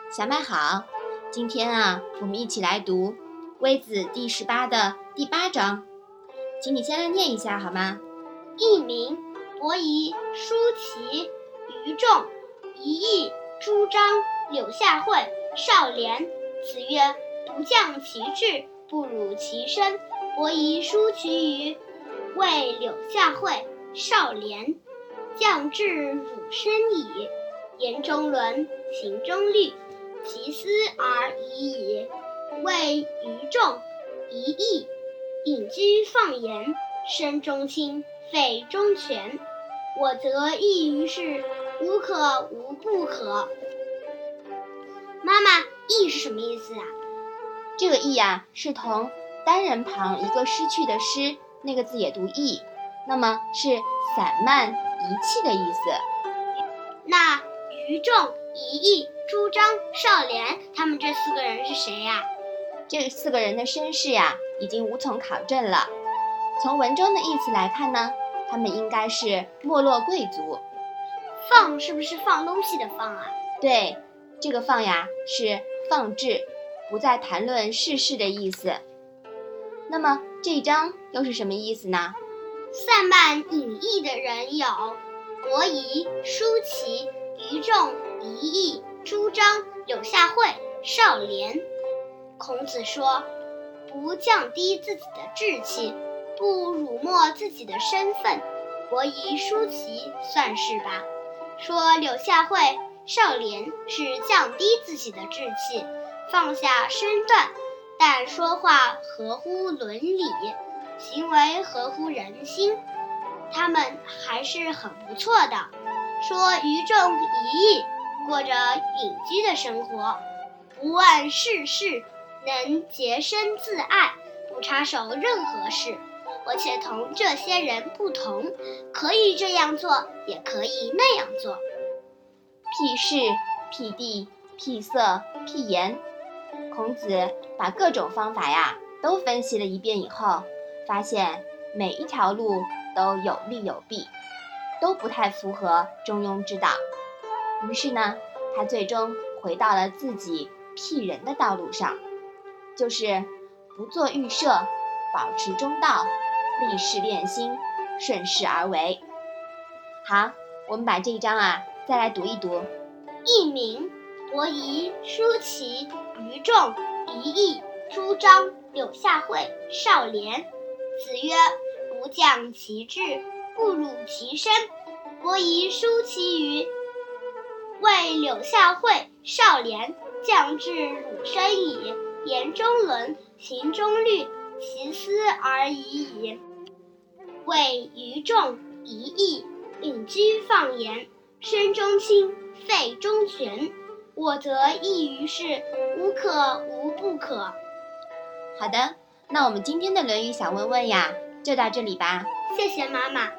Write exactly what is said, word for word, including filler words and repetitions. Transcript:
小麦好，今天啊，我们一起来读《微子》第十八的第八章，请你先来念一下好吗？ 佚名，伯夷、叔齐、于仲、夷吾、朱张、柳下惠、少年。子曰：不降其志，不辱其身。伯夷、叔齐于谓柳下惠、少年。降志辱身矣，言中伦，行中律，其斯而已矣。谓于仲、夷吾，隐居放言，身中亲，肺中全。我则异于事，无可无不可。妈妈，异是什么意思啊？ 这个异啊，是同单人旁一个失去的失，那个字也读异，那么是散漫遗弃的意思。 那于仲、夷吾、朱张、少年，他们这四个人是谁呀？ 这四个人的身世呀，已经无从考证了。从文中的意思来看呢，他们应该是没落贵族。 放是不是放东西的放啊？ 对，这个放呀是放置，不再谈论世事的意思。那么这一章又是什么意思呢？ 散漫隐逸的人有伯夷、叔齐、于仲、夷吾、朱张、柳下惠、少年。孔子说，不降低自己的志气，不辱没自己的身份，伯夷、叔齐算是吧。说柳下惠、少年是降低自己的志气，放下身段，但说话合乎伦理，行为合乎人心，他们还是很不错的。说于仲、夷吾过着隐居的生活，不问世事，能洁身自爱，不插手任何事。我且同这些人不同，可以这样做，也可以那样做。 辟事、辟地、辟色、辟言，孔子把各种方法呀都分析了一遍以后，发现每一条路都有利有弊，都不太符合中庸之道。于是呢，他最终回到了自己辟人的道路上，就是不做预设，保持中道，立事练心，顺势而为。好，我们把这一章啊再来读一读。 佚名，伯夷、叔齐、于仲、夷吾、朱张、柳下惠、少年。子曰：不降其志，不辱其身。伯夷、叔齐于谓柳下惠、少年。降志辱身矣，言中伦，行中律，其斯而已矣。谓于仲、夷吾，隐居放言，身中亲，肺中全。我则异于事，无可无不可。 好的，那我们今天的《论语》小问问呀，就到这里吧。 谢谢妈妈。